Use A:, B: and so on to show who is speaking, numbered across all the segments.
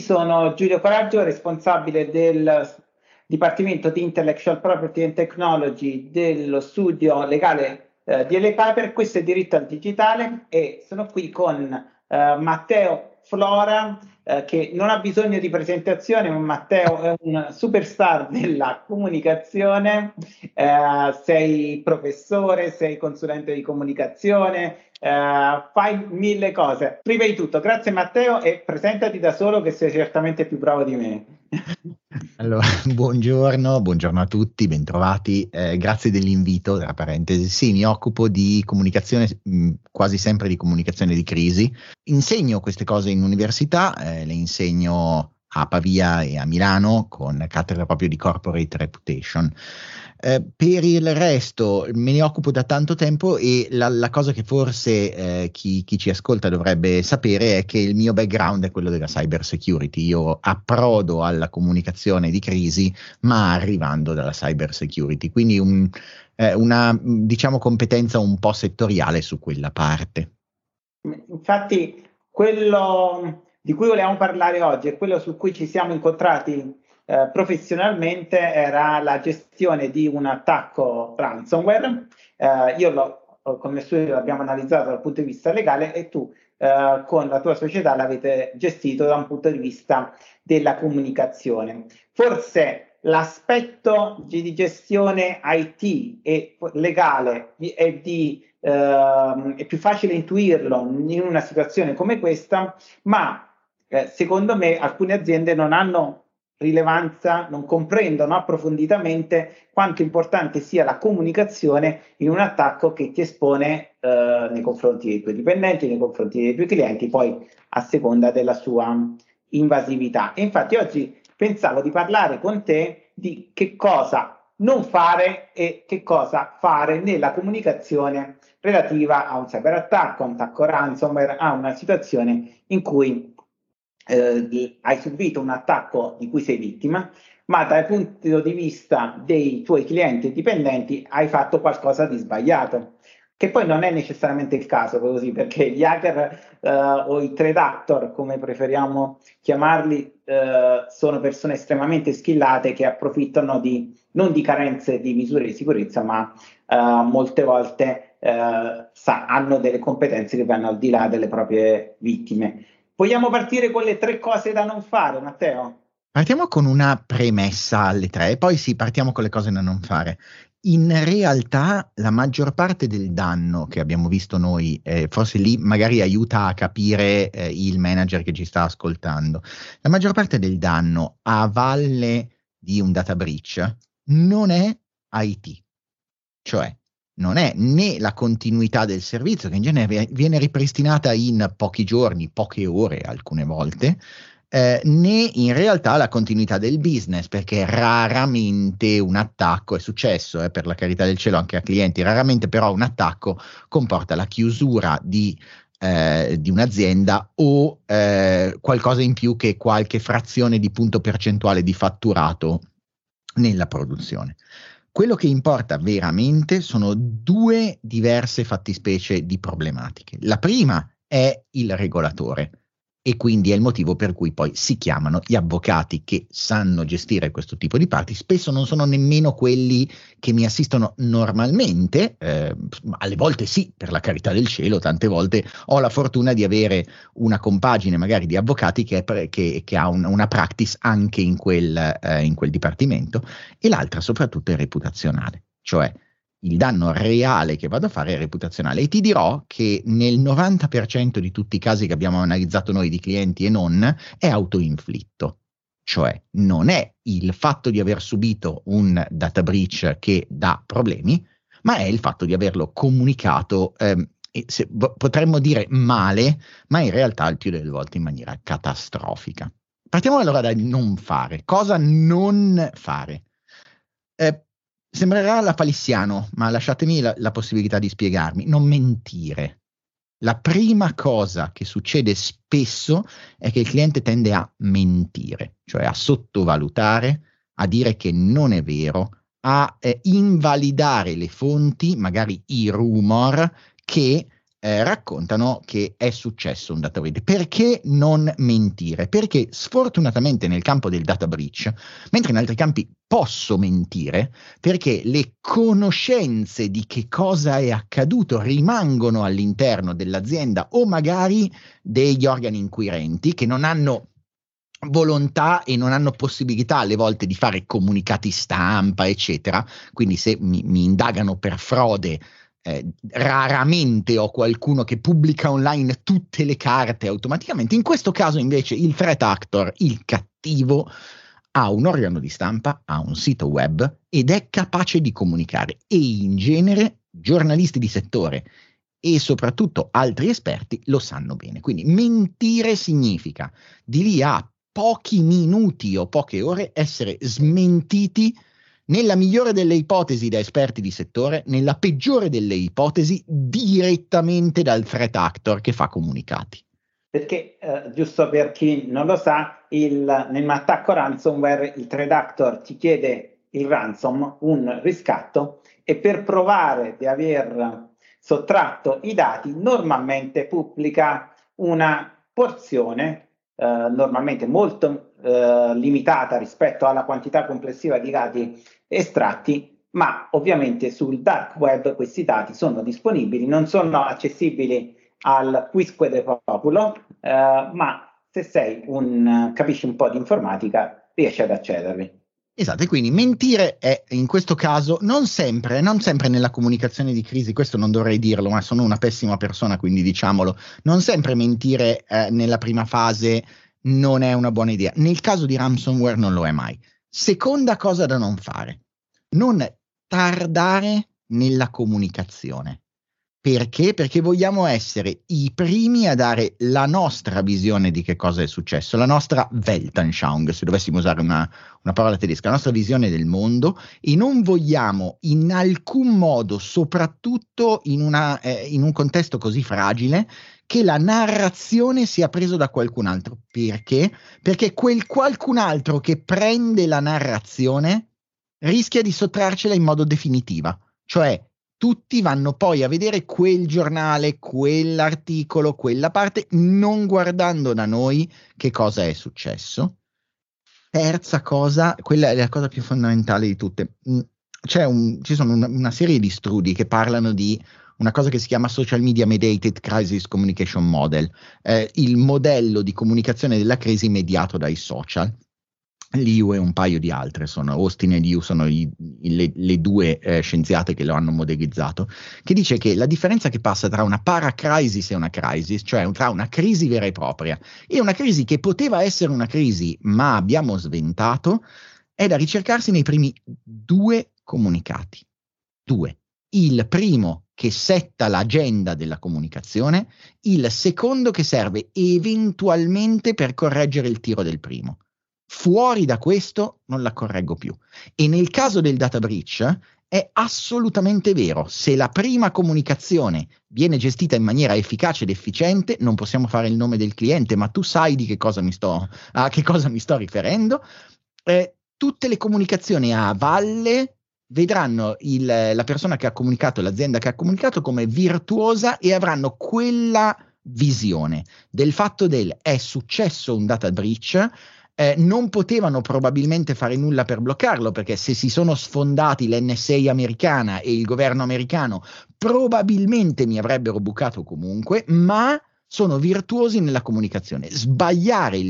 A: sono Giulio Coraggio, responsabile del Dipartimento di Intellectual Property and Technology dello studio legale di LA Piper. Questo è Diritto al Digitale e sono qui con Matteo Flora, che non ha bisogno di presentazione, ma Matteo è un superstar della comunicazione. Sei professore, sei consulente di comunicazione, fai mille cose. Prima di tutto, grazie Matteo, e presentati da solo, che sei certamente più bravo di me.
B: Allora, buongiorno a tutti, bentrovati, grazie dell'invito, tra parentesi. Sì, mi occupo di comunicazione, quasi sempre di comunicazione di crisi. Insegno queste cose in università, le insegno a Pavia e a Milano con cattedra proprio di corporate reputation. Per il resto me ne occupo da tanto tempo e la cosa che forse chi ci ascolta dovrebbe sapere è che il mio background è quello della cyber security. Io approdo alla comunicazione di crisi, ma arrivando dalla cyber security, quindi una diciamo competenza un po' settoriale su quella parte.
A: Infatti, quello di cui volevamo parlare oggi e quello su cui ci siamo incontrati professionalmente era la gestione di un attacco ransomware. Con il studio l'abbiamo analizzato dal punto di vista legale e tu con la tua società l'avete gestito da un punto di vista della comunicazione. Forse l'aspetto di gestione IT e legale è più facile intuirlo in una situazione come questa, ma secondo me alcune aziende non hanno rilevanza, non comprendono approfonditamente quanto importante sia la comunicazione in un attacco che ti espone nei confronti dei tuoi dipendenti, nei confronti dei tuoi clienti, poi a seconda della sua invasività. E infatti oggi pensavo di parlare con te di che cosa non fare e che cosa fare nella comunicazione relativa a un cyberattacco, a un attacco ransomware, a una situazione in cui hai subito un attacco di cui sei vittima, ma dal punto di vista dei tuoi clienti e dipendenti hai fatto qualcosa di sbagliato, che poi non è necessariamente il caso, così, perché gli hacker o i threat actor, come preferiamo chiamarli, sono persone estremamente skillate che approfittano non di carenze di misure di sicurezza, ma molte volte hanno delle competenze che vanno al di là delle proprie vittime. Vogliamo partire con le 3 cose da non fare, Matteo?
B: Partiamo con una premessa alle 3, poi sì, partiamo con le cose da non fare. In realtà la maggior parte del danno che abbiamo visto noi, forse lì magari aiuta a capire il manager che ci sta ascoltando, la maggior parte del danno a valle di un data breach non è IT, cioè non è né la continuità del servizio, che in genere viene ripristinata in pochi giorni, poche ore alcune volte, né in realtà la continuità del business, perché raramente un attacco, è successo per la carità del cielo anche a clienti, raramente però un attacco comporta la chiusura di un'azienda o qualcosa in più che qualche frazione di punto percentuale di fatturato nella produzione. Quello che importa veramente sono 2 diverse fattispecie di problematiche. La prima è il regolatore e quindi è il motivo per cui poi si chiamano gli avvocati che sanno gestire questo tipo di parti. Spesso non sono nemmeno quelli che mi assistono normalmente, alle volte sì, per la carità del cielo, tante volte ho la fortuna di avere una compagine magari di avvocati che ha una practice anche in quel dipartimento, e l'altra soprattutto è reputazionale, cioè il danno reale che vado a fare è reputazionale. E ti dirò che nel 90% di tutti i casi che abbiamo analizzato noi di clienti e non, è autoinflitto. Cioè non è il fatto di aver subito un data breach che dà problemi, ma è il fatto di averlo comunicato, potremmo dire male, ma in realtà il più delle volte in maniera catastrofica. Partiamo allora dal non fare. Cosa non fare? Sembrerà lapalissiano, ma lasciatemi la possibilità di spiegarmi. Non mentire. La prima cosa che succede spesso è che il cliente tende a mentire, cioè a sottovalutare, a dire che non è vero, a invalidare le fonti, magari i rumor che raccontano che è successo un data breach. Perché non mentire? Perché sfortunatamente nel campo del data breach, mentre in altri campi posso mentire, perché le conoscenze di che cosa è accaduto rimangono all'interno dell'azienda o magari degli organi inquirenti che non hanno volontà e non hanno possibilità alle volte di fare comunicati stampa, eccetera. Quindi se mi indagano per frode, raramente ho qualcuno che pubblica online tutte le carte automaticamente. In questo caso invece il threat actor, il cattivo, ha un organo di stampa, ha un sito web ed è capace di comunicare, e in genere giornalisti di settore e soprattutto altri esperti lo sanno bene. Quindi mentire significa di lì a pochi minuti o poche ore essere smentiti, nella migliore delle ipotesi da esperti di settore, nella peggiore delle ipotesi direttamente dal threat actor che fa comunicati.
A: Perché, giusto per chi non lo sa, nell'attacco ransomware il threat actor ti chiede il ransom, un riscatto, e per provare di aver sottratto i dati normalmente pubblica una porzione, normalmente molto limitata rispetto alla quantità complessiva di dati estratti, ma ovviamente sul dark web questi dati sono disponibili, non sono accessibili al quisque de populo, ma se capisci un po' di informatica, riesci ad accedervi.
B: Esatto, e quindi mentire è in questo caso non sempre nella comunicazione di crisi, questo non dovrei dirlo, ma sono una pessima persona, quindi diciamolo, non sempre mentire nella prima fase non è una buona idea. Nel caso di ransomware non lo è mai. Seconda cosa da non fare, non tardare nella comunicazione. Perché? Perché vogliamo essere i primi a dare la nostra visione di che cosa è successo, la nostra Weltanschauung, se dovessimo usare una parola tedesca, la nostra visione del mondo, e non vogliamo in alcun modo, soprattutto in un contesto così fragile, che la narrazione sia presa da qualcun altro. Perché? Perché quel qualcun altro che prende la narrazione rischia di sottrarcela in modo definitiva, cioè tutti vanno poi a vedere quel giornale, quell'articolo, quella parte, non guardando da noi che cosa è successo. Terza cosa, quella è la cosa più fondamentale di tutte. Ci sono una serie di studi che parlano di una cosa che si chiama Social Media Mediated Crisis Communication Model, il modello di comunicazione della crisi mediato dai social. Liu e un paio di altre, Austin e Liu sono le due scienziate che lo hanno modellizzato, che dice che la differenza che passa tra una paracrisis e una crisis, cioè tra una crisi vera e propria e una crisi che poteva essere una crisi ma abbiamo sventato, è da ricercarsi nei primi due comunicati. Due. Il primo che setta l'agenda della comunicazione, il secondo che serve eventualmente per correggere il tiro del primo. Fuori da questo non la correggo più. E nel caso del data breach è assolutamente vero. Se la prima comunicazione viene gestita in maniera efficace ed efficiente, non possiamo fare il nome del cliente, ma tu sai di a che cosa mi sto riferendo. Tutte le comunicazioni a valle vedranno la persona che ha comunicato, l'azienda che ha comunicato come virtuosa e avranno quella visione del fatto è successo un data breach. Non potevano probabilmente fare nulla per bloccarlo, perché se si sono sfondati l'NSA americana e il governo americano probabilmente mi avrebbero bucato comunque, ma sono virtuosi nella comunicazione. Sbagliare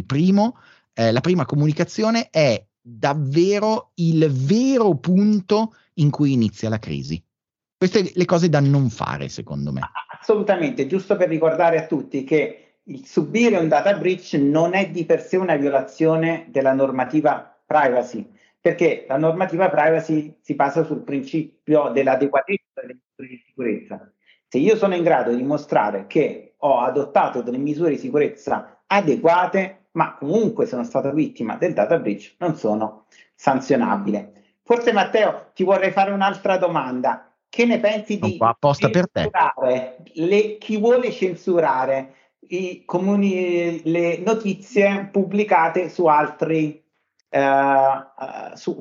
B: la prima comunicazione è davvero il vero punto in cui inizia la crisi. Queste le cose da non fare, secondo me.
A: Assolutamente, giusto per ricordare a tutti che il subire un data breach non è di per sé una violazione della normativa privacy, perché la normativa privacy si basa sul principio dell'adeguatezza delle misure di sicurezza. Se io sono in grado di dimostrare che ho adottato delle misure di sicurezza adeguate, ma comunque sono stato vittima del data breach, non sono sanzionabile. Forse Matteo, ti vorrei fare un'altra domanda. Che ne pensi di
B: apposta per te.
A: Chi vuole censurare le notizie pubblicate su altri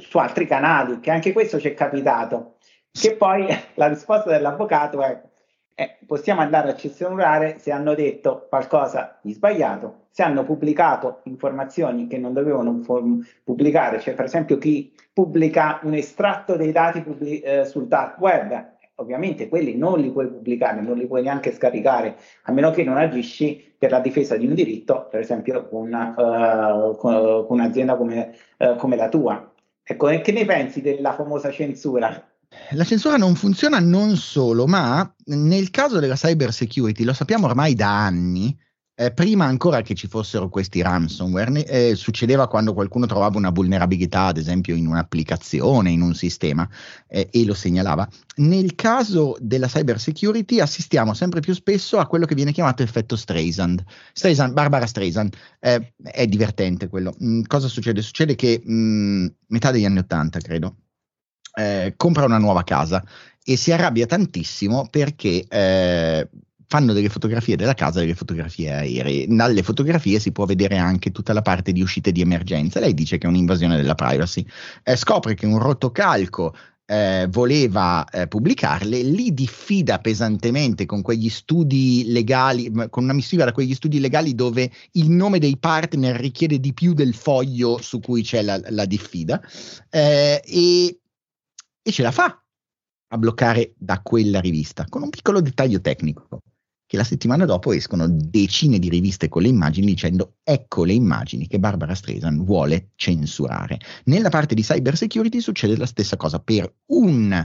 A: canali, che anche questo ci è capitato, che poi la risposta dell'avvocato è possiamo andare a censurare se hanno detto qualcosa di sbagliato, se hanno pubblicato informazioni che non dovevano pubblicare, cioè per esempio chi pubblica un estratto dei dati sul dark web, ovviamente quelli non li puoi pubblicare, non li puoi neanche scaricare, a meno che non agisci per la difesa di un diritto, per esempio con un'azienda come la tua. Ecco, e che ne pensi della famosa censura?
B: La censura non funziona non solo, ma nel caso della cyber security, lo sappiamo ormai da anni, prima ancora che ci fossero questi ransomware, succedeva quando qualcuno trovava una vulnerabilità, ad esempio in un'applicazione, in un sistema, e lo segnalava. Nel caso della cyber security assistiamo sempre più spesso a quello che viene chiamato effetto Streisand. Barbara Streisand, è divertente quello. Cosa succede? Succede che metà degli anni '80, credo, compra una nuova casa e si arrabbia tantissimo perché fanno delle fotografie della casa, delle fotografie aeree. Dalle fotografie si può vedere anche tutta la parte di uscite di emergenza. Lei dice che è un'invasione della privacy. Scopre che un rotocalco voleva pubblicarle, li diffida pesantemente con quegli studi legali, con una missiva da quegli studi legali dove il nome dei partner richiede di più del foglio su cui c'è la diffida, e ce la fa a bloccare da quella rivista, con un piccolo dettaglio tecnico, che la settimana dopo escono decine di riviste con le immagini dicendo ecco le immagini che Barbara Streisand vuole censurare. Nella parte di cyber security succede la stessa cosa per un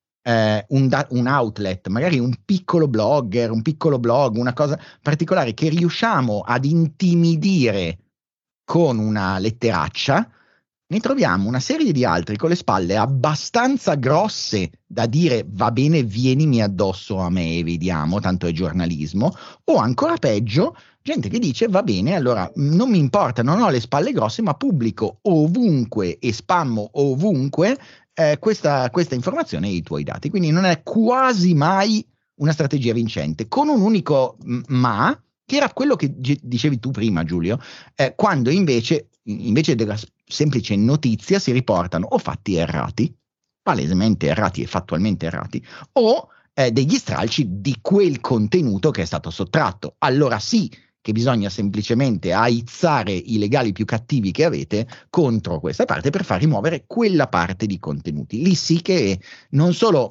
B: outlet, magari un piccolo blogger, un piccolo blog, una cosa particolare che riusciamo ad intimidire con una letteraccia. Ne troviamo una serie di altri con le spalle abbastanza grosse da dire va bene, vienimi addosso a me e vediamo, tanto è giornalismo, o ancora peggio, gente che dice va bene, allora non mi importa, non ho le spalle grosse, ma pubblico ovunque e spammo ovunque questa informazione e i tuoi dati. Quindi non è quasi mai una strategia vincente, con un unico ma, che era quello che dicevi tu prima, Giulio, quando invece della semplice notizia si riportano o fatti errati, palesemente errati e fattualmente errati, o degli stralci di quel contenuto che è stato sottratto. Allora sì che bisogna semplicemente aizzare i legali più cattivi che avete contro questa parte per far rimuovere quella parte di contenuti. Lì sì che non solo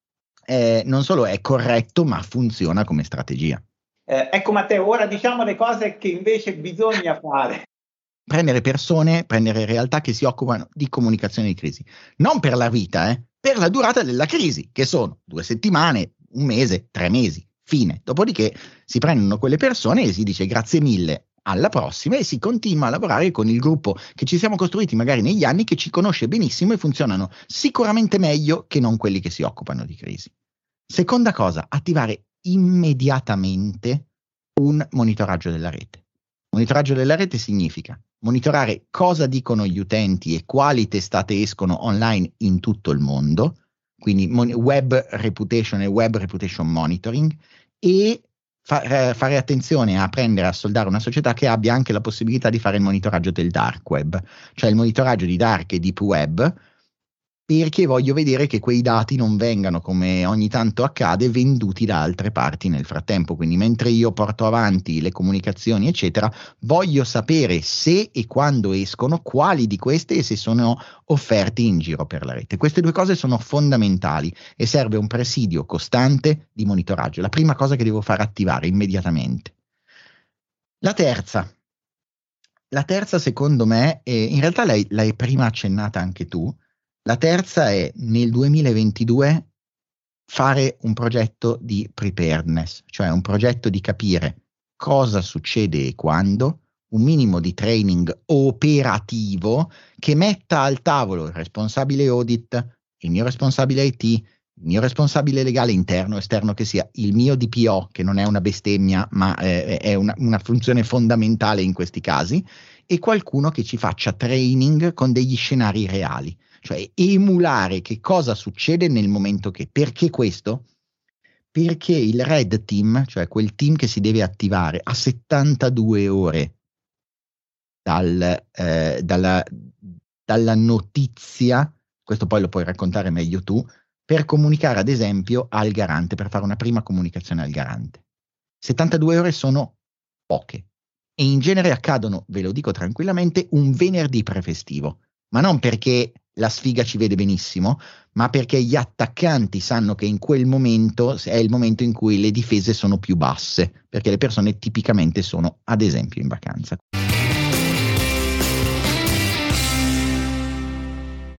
B: è corretto, ma funziona come strategia.
A: Ecco Matteo, ora diciamo le cose che invece bisogna fare.
B: Prendere realtà che si occupano di comunicazione di crisi, non per la vita, per la durata della crisi, che sono 2 settimane, 1 mese, 3 mesi, fine. Dopodiché si prendono quelle persone e si dice grazie mille, alla prossima, e si continua a lavorare con il gruppo che ci siamo costruiti magari negli anni, che ci conosce benissimo e funzionano sicuramente meglio che non quelli che si occupano di crisi. Seconda cosa, attivare immediatamente un monitoraggio della rete. Monitoraggio della rete significa monitorare cosa dicono gli utenti e quali testate escono online in tutto il mondo, quindi web reputation e web reputation monitoring, e fare attenzione a prendere a soldare una società che abbia anche la possibilità di fare il monitoraggio del dark web, cioè il monitoraggio di dark e deep web, perché voglio vedere che quei dati non vengano, come ogni tanto accade, venduti da altre parti nel frattempo. Quindi mentre io porto avanti le comunicazioni eccetera, voglio sapere se e quando escono, quali di queste e se sono offerti in giro per la rete. Queste 2 cose sono fondamentali e serve un presidio costante di monitoraggio. La prima cosa che devo fare attivare immediatamente. La terza secondo me, in realtà l'hai prima accennata anche tu. La terza è nel 2022 fare un progetto di preparedness, cioè un progetto di capire cosa succede e quando, un minimo di training operativo che metta al tavolo il responsabile audit, il mio responsabile IT, il mio responsabile legale interno, esterno che sia, il mio DPO, che non è una bestemmia, ma è una funzione fondamentale in questi casi, e qualcuno che ci faccia training con degli scenari reali. Cioè emulare che cosa succede nel momento che. Perché questo? Perché il red team, cioè quel team che si deve attivare a 72 ore dalla notizia, questo poi lo puoi raccontare meglio tu, per comunicare ad esempio al garante, per fare una prima comunicazione al garante. 72 ore sono poche e in genere accadono, ve lo dico tranquillamente, un venerdì prefestivo, ma non perché la sfiga ci vede benissimo, ma perché gli attaccanti sanno che in quel momento è il momento in cui le difese sono più basse, perché le persone tipicamente sono ad esempio in vacanza.